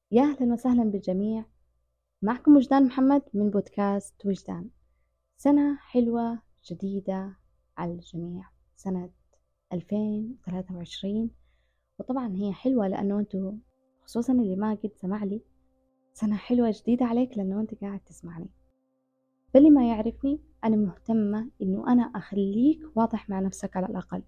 يا أهلا وسهلا بالجميع. معكم وجدان محمد من بودكاست وجدان. سنة حلوة جديدة على الجميع، سنة 2023. وطبعا هي حلوة لأنه أنتوا، خصوصا اللي ما قد سمع لي، سنة حلوة جديدة عليك لأنه أنت قاعد تسمعني. فاللي ما يعرفني أنا مهتمة إنه أنا أخليك واضح مع نفسك، على الأقل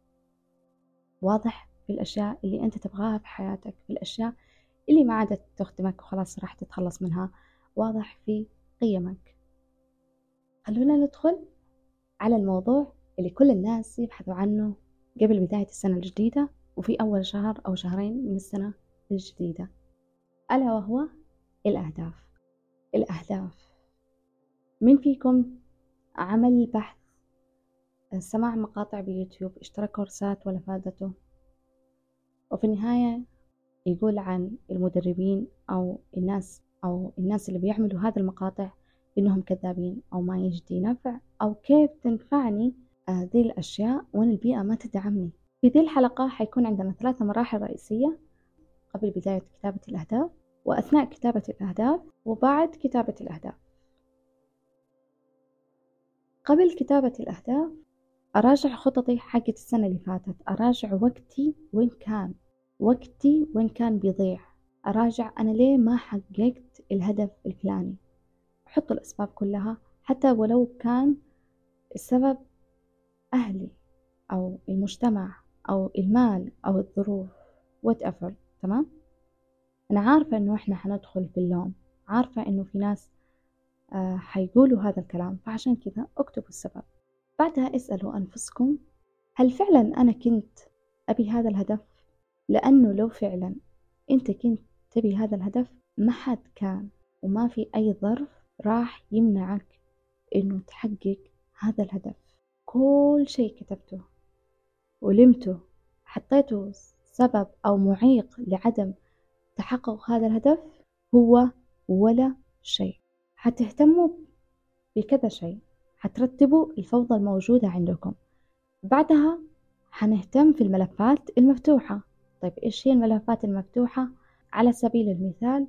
واضح في الأشياء اللي أنت تبغاها في حياتك، في الأشياء اللي ما عادت تخدمك وخلاص راح تتخلص منها، واضح في قيمك. خلونا ندخل على الموضوع اللي كل الناس يبحثوا عنه قبل بداية السنة الجديدة وفي أول شهر أو شهرين من السنة الجديدة، ألا وهو الأهداف. الأهداف، من فيكم عمل بحث، سمع مقاطع بيوتيوب، اشترى كورسات ولا فادته؟ وفي النهاية يقول عن المدربين أو الناس اللي بيعملوا هذه المقاطع إنهم كذابين أو ما يجدي نفع، أو كيف تنفعني ذي الأشياء وأن البيئة ما تدعمني. في ذي الحلقة حيكون عندنا 3 مراحل رئيسية قبل بداية كتابة الأهداف، وأثناء كتابة الأهداف، وبعد كتابة الأهداف. قبل كتابة الأهداف أراجع خططي حقت السنة اللي فاتت، أراجع وقتي وين كان بيضيع، أراجع أنا ليه ما حققت الهدف الفلاني، أحط الأسباب كلها حتى ولو كان السبب أهلي أو المجتمع أو المال أو الظروف whatever. تمام؟ أنا عارفة إنه إحنا حندخل في اللوم، عارفة إنه في ناس حيقولوا هذا الكلام، فعشان كذا اكتبوا السبب. بعدها اسألوا أنفسكم، هل فعلا أنا كنت أبي هذا الهدف؟ لأنه لو فعلا أنت كنت تبي هذا الهدف، ما حد كان وما في أي ظرف راح يمنعك إنه تحقق هذا الهدف. كل شيء كتبته ولمته حطيته سبب أو معيق لعدم تحقق هذا الهدف هو ولا شيء. حتهتموا بكذا شيء، حترتبوا الفوضى الموجودة عندكم. بعدها حنهتم في الملفات المفتوحة. طيب إيش هي الملفات المفتوحة؟ على سبيل المثال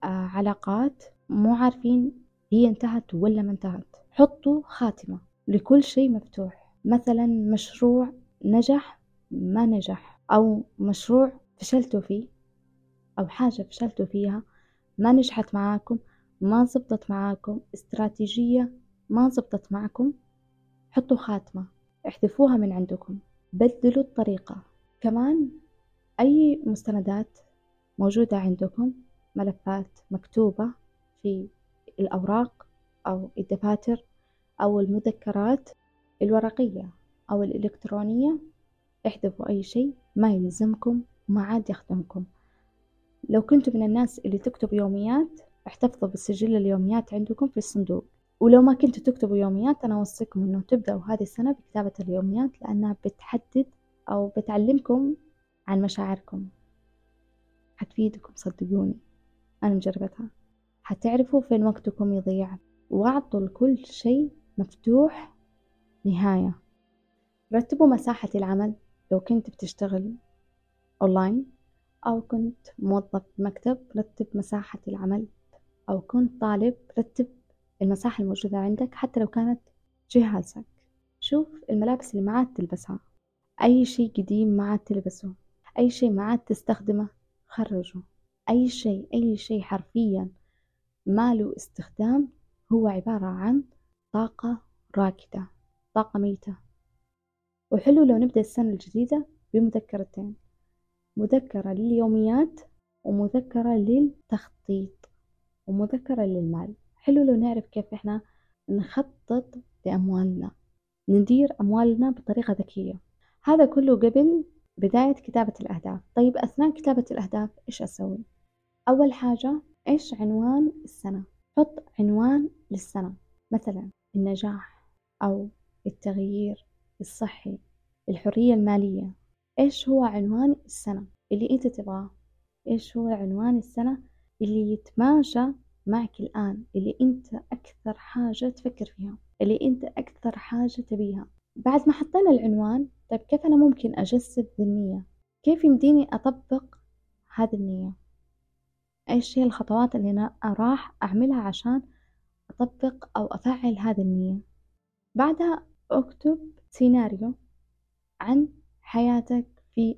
علاقات مو عارفين هي انتهت ولا ما انتهت، حطوا خاتمة لكل شيء مفتوح. مثلا مشروع نجح ما نجح، أو مشروع فشلتوا فيه، أو حاجة فشلتوا فيها ما نجحت معاكم، ما زبطت معاكم، استراتيجية ما زبطت معكم، حطوا خاتمة، احذفوها من عندكم، بدلوا الطريقة. كمان أي مستندات موجودة عندكم، ملفات مكتوبة في الأوراق أو الدفاتر أو المذكرات الورقية أو الإلكترونية، احذفوا أي شيء ما يلزمكم وما عاد يخدمكم. لو كنتوا من الناس اللي تكتب يوميات، احتفظوا بسجل اليوميات عندكم في الصندوق. ولو ما كنتوا تكتبوا يوميات، أنا أوصيكم إنه تبدأوا هذه السنة بكتابة اليوميات، لأنها بتحدد أو بتعلمكم عن مشاعركم، حتفيدكم صدقوني، أنا مجربتها. حتعرفوا فين وقتكم يضيع، واعطوا لكل شيء مفتوح نهاية. رتبوا مساحة العمل، لو كنت بتشتغل أونلاين أو كنت موظف مكتب، رتب مساحة العمل، أو كنت طالب، رتب المساحة الموجودة عندك حتى لو كانت جهازك. شوف الملابس اللي ما عاد تلبسها، أي شيء قديم ما عاد تلبسه، أي شيء ما عاد تستخدمه خرجه. أي شيء حرفيا ما له استخدام هو عبارة عن طاقة راكدة، طاقة ميتة. وحلو لو نبدأ السنة الجديدة بمذكرتين، مذكرة لليوميات ومذكرة للتخطيط ومذكرة للمال. حلو لو نعرف كيف إحنا نخطط لأموالنا، ندير أموالنا بطريقة ذكية. هذا كله قبل بداية كتابة الأهداف. طيب أثناء كتابة الأهداف إيش أسوي؟ أول حاجة، إيش عنوان السنة؟ حط عنوان للسنة، مثلا النجاح أو التغيير الصحي، الحرية المالية. إيش هو عنوان السنة اللي أنت تبغاه؟ إيش هو عنوان السنة اللي يتماشى معك الآن، اللي أنت أكثر حاجة تفكر فيها، اللي أنت أكثر حاجة تبيها؟ بعد ما حطينا العنوان، طيب كيف أنا ممكن أجسد النية؟ كيف يمديني أطبق هذه النية؟ إيش هي الخطوات اللي أنا راح أعملها عشان أطبق أو أفعل هذه النية. بعدها اكتب سيناريو عن حياتك في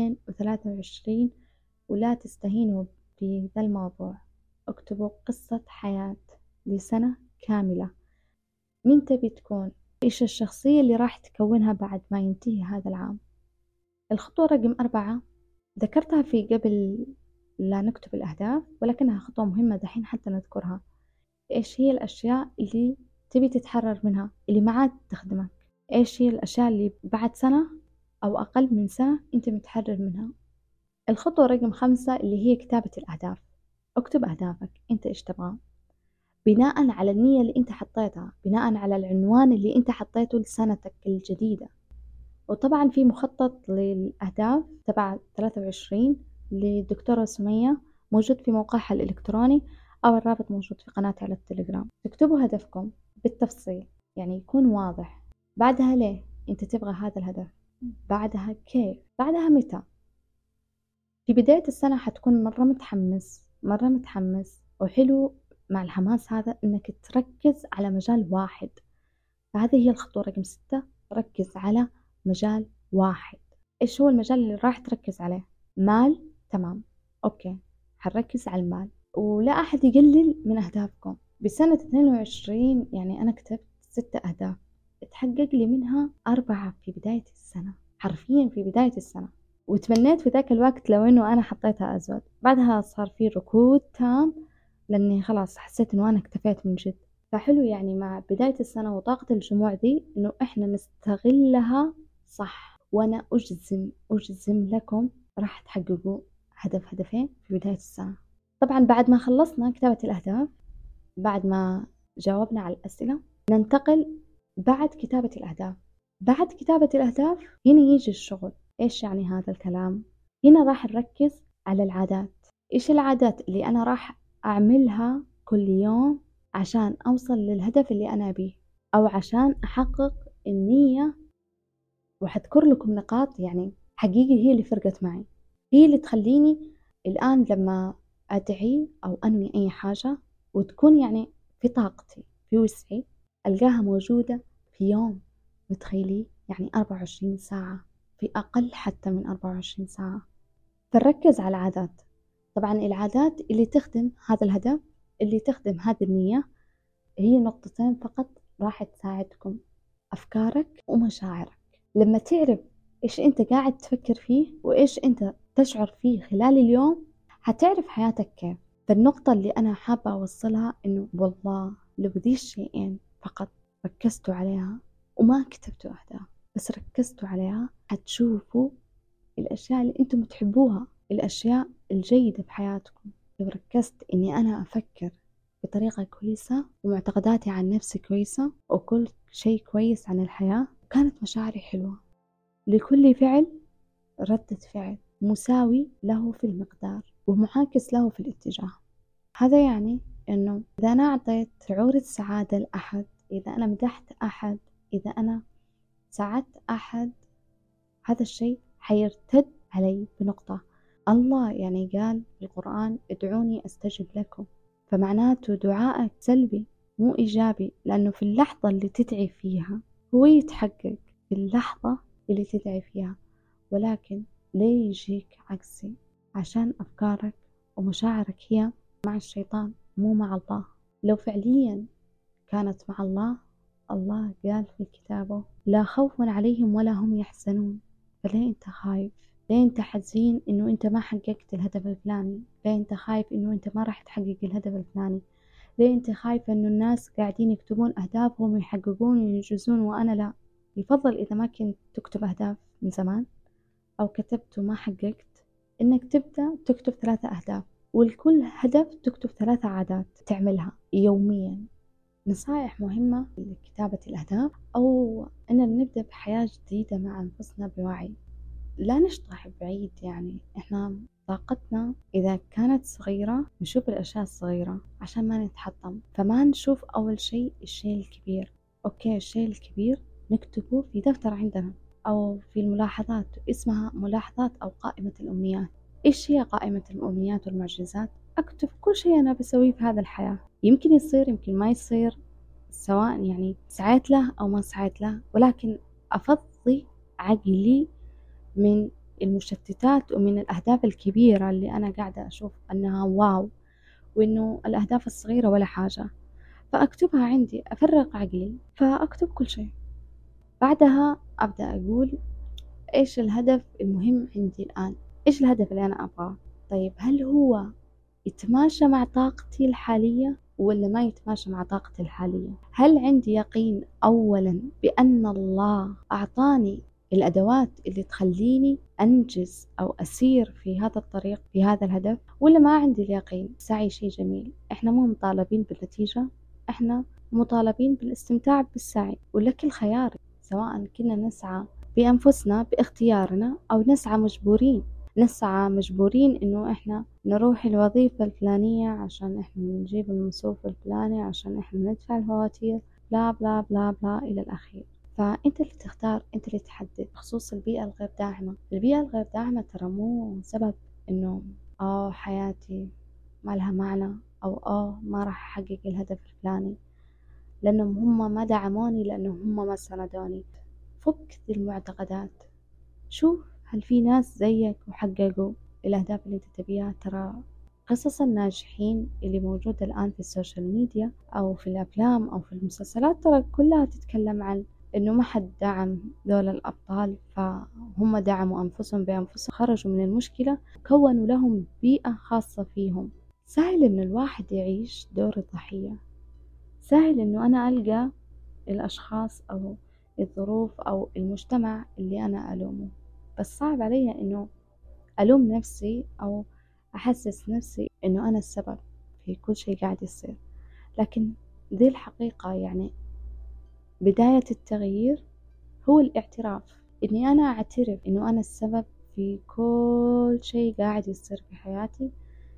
2023، ولا تستهينوا بذا الموضوع. اكتبوا قصة حياة لسنة كاملة. مين تبي تكون؟ إيش الشخصية اللي راح تكونها بعد ما ينتهي هذا العام؟ الخطوة رقم 4 ذكرتها في قبل لا نكتب الأهداف، ولكنها خطوة مهمة دحين حتى نذكرها. إيش هي الأشياء اللي تبي تتحرر منها، اللي ما عاد تخدمك؟ إيش هي الأشياء اللي بعد سنة أو أقل من سنة أنت متحرر منها؟ الخطوة رقم 5 اللي هي كتابة الأهداف. اكتب أهدافك، أنت إيش تبغى بناء على النية اللي أنت حطيتها، بناء على العنوان اللي أنت حطيته لسنتك الجديدة. وطبعا في مخطط للأهداف تبع 23 للدكتورة سمية موجود في موقعها الإلكتروني، أو الرابط موجود في قناتي على التليجرام. تكتبوا هدفكم بالتفصيل، يعني يكون واضح. بعدها ليه أنت تبغى هذا الهدف، بعدها كيف، بعدها متى. في بداية السنة حتكون مرة متحمس وحلو مع الحماس هذا إنك تركز على مجال واحد. فهذه هي الخطوة رقم 6، ركز على مجال واحد. إيش هو المجال اللي راح تركز عليه؟ مال، تمام، أوكي، حنركز على المال. ولا أحد يقلل من أهدافكم. بسنة 22 يعني أنا كتبت 6 أهداف، اتحقق لي منها 4 في بداية السنة، حرفيا في بداية السنة. وتمنيت في ذاك الوقت لو إنه أنا حطيتها أزود. بعدها صار في ركود تام، لأني خلاص حسيت إنه أنا اكتفيت من جد. فحلو يعني مع بداية السنة وطاقة الجموع دي إنه إحنا نستغلها صح. وأنا أجزم لكم راح تحققوا هدف هدفين في بداية السنة. طبعا بعد ما خلصنا كتابة الأهداف، بعد ما جاوبنا على الأسئلة، ننتقل بعد كتابة الأهداف. بعد كتابة الأهداف هنا يجي الشغل. إيش يعني هذا الكلام؟ هنا راح نركز على العادات. إيش العادات اللي أنا راح أعملها كل يوم عشان أوصل للهدف اللي أنا أبيه، أو عشان أحقق النية. وحذكر لكم نقاط يعني حقيقي هي اللي فرقت معي، هي اللي تخليني الآن لما أدعي أو أنوي أي حاجة وتكون يعني في طاقتي في وسعي، ألقاها موجودة في يوم. متخيلي يعني 24 ساعة، في أقل حتى من 24 ساعة. فنركز على العادات. طبعا العادات اللي تخدم هذا الهدف، اللي تخدم هذه النية، هي نقطتين فقط راح تساعدكم: أفكارك ومشاعرك. لما تعرف إيش أنت قاعد تفكر فيه وإيش أنت تشعر فيه خلال اليوم، هتعرف حياتك كيف. فالنقطة اللي أنا حابة أوصلها إنه والله لو ذي الشيئين فقط ركزتوا عليها وما كتبتوا أهداف، بس ركزتوا عليها، هتشوفوا الأشياء اللي أنتم تحبوها، الأشياء الجيدة بحياتكم. لو ركزت إني أنا أفكر بطريقة كويسة، ومعتقداتي عن نفسي كويسة، وكل شيء كويس عن الحياة، كانت مشاعري حلوة. لكل فعل ردة فعل مساوي له في المقدار ومعاكس له في الاتجاه. هذا يعني إنه إذا أنا أعطيت شعور السعادة لأحد، إذا أنا مدحت أحد، إذا أنا ساعدت أحد، هذا الشيء حيرتد علي بنقطة. الله يعني قال في القرآن: ادعوني أستجب لكم. فمعناته دعائك سلبي مو إيجابي، لأنه في اللحظة اللي تدعي فيها هو يتحقق، في اللحظة اللي تدعي فيها. ولكن ليه يجيك عكسي؟ عشان أفكارك ومشاعرك هي مع الشيطان مو مع الله. لو فعليا كانت مع الله، الله قال في كتابه: لا خوف عليهم ولا هم يحزنون. فليه أنت خايف؟ ليه أنت حزين إنه أنت ما حققت الهدف الفلاني؟ ليه أنت خايف إنه أنت ما راح تحقق الهدف الفلاني؟ ليه أنت خايف إنه الناس قاعدين يكتبون أهدافهم ويحققون وينجزون وأنا لا؟ يفضل إذا ما كنت تكتب أهداف من زمان أو كتبت وما حققت، إنك تبدأ تكتب 3 أهداف، ولكل هدف تكتب 3 عادات تعملها يوميا. نصائح مهمة لكتابة الأهداف، أو أن نبدأ بحياة جديدة مع أنفسنا بوعي. لا نشطح بعيد، يعني إحنا طاقتنا إذا كانت صغيرة نشوف الأشياء الصغيرة عشان ما نتحطم. فما نشوف أول شيء الشيء الكبير. أوكي، الشيء الكبير نكتبه في دفتر عندنا أو في الملاحظات، اسمها ملاحظات أو قائمة الأمنيات. إيش هي قائمة الأمنيات والمعجزات؟ أكتب كل شيء أنا بسويه في هذا الحياة، يمكن يصير يمكن ما يصير، سواء يعني سعيت له أو ما سعيت له، ولكن أفضي عقلي من المشتتات ومن الأهداف الكبيرة اللي أنا قاعدة أشوف أنها واو، وإنه الأهداف الصغيرة ولا حاجة، فأكتبها عندي، أفرغ عقلي، فأكتب كل شيء. بعدها أبدأ أقول إيش الهدف المهم عندي الآن؟ إيش الهدف اللي أنا أبغاه؟ طيب هل هو يتماشى مع طاقتي الحالية ولا ما يتماشى مع طاقتي الحالية؟ هل عندي يقين أولا بأن الله أعطاني الأدوات اللي تخليني أنجز أو أسير في هذا الطريق في هذا الهدف، ولا ما عندي اليقين؟ السعي شيء جميل، إحنا مو مطالبين بالنتيجة، إحنا مطالبين بالاستمتاع بالسعي، ولك الخيار، سواء كنا نسعى بأنفسنا باختيارنا أو نسعى مجبورين إنه إحنا نروح الوظيفة الفلانية عشان إحنا نجيب المصروف الفلاني، عشان إحنا ندفع الفواتير، بلا بلا بلا بلا إلى الأخير. فأنت اللي تختار، أنت اللي تحدد. بخصوص البيئة الغير داعمة، البيئة الغير داعمة ترى مو سبب إنه حياتي ما لها معنى، أو ما راح أحقق الهدف الفلاني، لأنهم هم ما دعموني، لأنهم هم ما ساندوني. فك ذي المعتقدات، شوف هل في ناس زيك وحققوا الأهداف اللي أنت تبيها. ترى قصص الناجحين اللي موجودة الآن في السوشيال ميديا أو في الأفلام أو في المسلسلات ترى كلها تتكلم عن إنه ما حد دعم ذول الأبطال، فهم دعموا أنفسهم بأنفسهم، خرجوا من المشكلة وكونوا لهم بيئة خاصة فيهم. سهل إن الواحد يعيش دور الضحية، سهل إنه أنا ألقى الأشخاص أو الظروف أو المجتمع اللي أنا ألومه، بس صعب علي إنه ألوم نفسي أو أحسس نفسي إنه أنا السبب في كل شيء قاعد يصير. لكن ذي الحقيقة، يعني بداية التغيير هو الاعتراف، إني أنا أعترف إنه أنا السبب في كل شيء قاعد يصير في حياتي،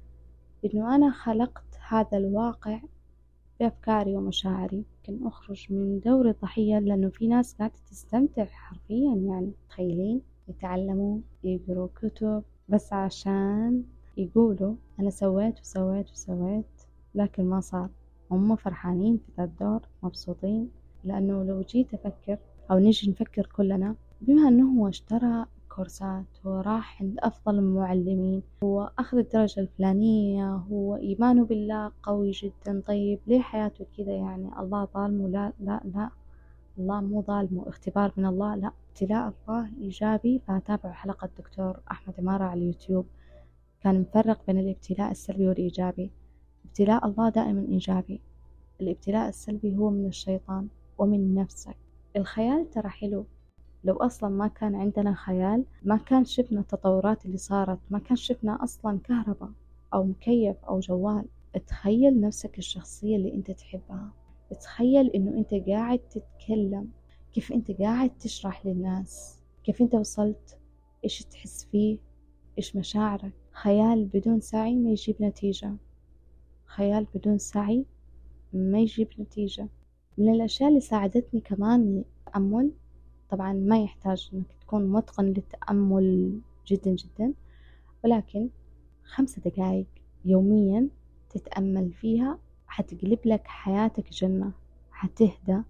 إنه أنا خلقت هذا الواقع بأفكاري ومشاعري. لكن أخرج من دور الضحية، لأنه في ناس قاعدة تستمتع حرفيا، يعني تخيلين يتعلموا يقروا كتب بس عشان يقولوا أنا سويت وسويت وسويت، لكن ما صار. هم فرحانين في ذا الدور، مبسوطين. لأنه لو جيت أفكر أو نجي نفكر كلنا، بما أنه هو اشترى كورسات، هو راح عند أفضل المعلمين، هو أخذ الدرجة الفلانية، هو إيمانه بالله قوي جدا، طيب ليه حياته كذا؟ يعني الله ظالمه؟ لا لا لا، الله مو ظالمه، اختبار من الله، لا، ابتلاء الله إيجابي. فأتابع حلقة الدكتور أحمد عمارة على اليوتيوب، كان مفرق بين الابتلاء السلبي والإيجابي. ابتلاء الله دائما إيجابي، الابتلاء السلبي هو من الشيطان ومن نفسك. الخيال ترى حلو، لو أصلا ما كان عندنا خيال ما كان شفنا التطورات اللي صارت، ما كان شفنا أصلا كهرباء أو مكيف أو جوال. تخيل نفسك الشخصية اللي أنت تحبها، تخيل إنه أنت قاعد تتكلم، كيف أنت قاعد تشرح للناس، كيف أنت وصلت، إيش تحس فيه، إيش مشاعرك. خيال بدون سعي ما يجيب نتيجة، خيال بدون سعي ما يجيب نتيجة. من الأشياء اللي ساعدتني كمان التأمل، طبعا ما يحتاج إنك تكون متقن للتأمل جدا جدا، ولكن 5 دقائق يوميا تتأمل فيها حتقلب لك حياتك جنة. حتهدى،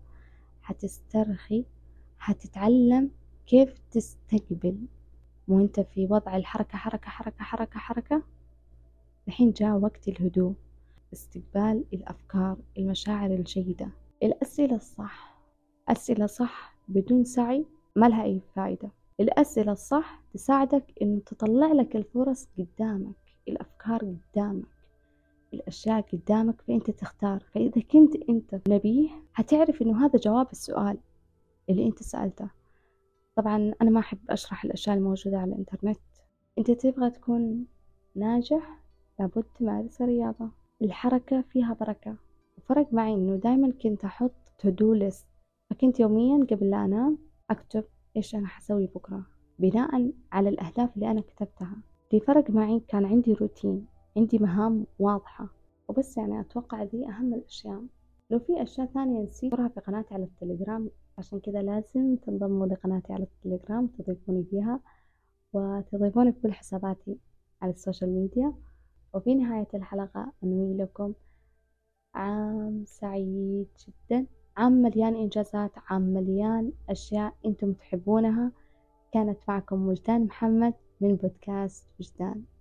حتسترخي، حتتعلم كيف تستقبل وانت في وضع الحركة، حركة حركة حركة حركة. الحين جاء وقت الهدوء، استقبال الأفكار، المشاعر الجيدة، الأسئلة الصح. أسئلة صح بدون سعي ما لها أي فائدة. الأسئلة الصح تساعدك إنه تطلع لك الفرص قدامك، الأفكار قدامك، الأشياء قدامك، فأنت تختار. فإذا كنت أنت نبيه هتعرف إنه هذا جواب السؤال اللي أنت سألته. طبعا أنا ما أحب أشرح الأشياء الموجودة على الإنترنت. أنت تبغى تكون ناجح، لابد تمارس الرياضة، الحركة فيها بركة. وفرق معي إنه دايما كنت أحط to do list، فكنت يوميا قبل لا أنام أكتب إيش أنا حسوي بكرة بناء على الأهداف اللي أنا كتبتها. اللي فرق معي كان عندي روتين، عندي مهام واضحة وبس. يعني أتوقع ذي أهم الأشياء. لو في أشياء ثانية نسيتها في قناتي على التليجرام، عشان كذا لازم تنضموا لقناتي على التليجرام، تضيفوني فيها وتضيفوني في كل حساباتي على السوشيال ميديا. وفي نهاية الحلقة أنوي لكم عام سعيد جدا، عام مليان إنجازات، عام مليان أشياء أنتم تحبونها. كانت معكم وجدان محمد من بودكاست وجدان.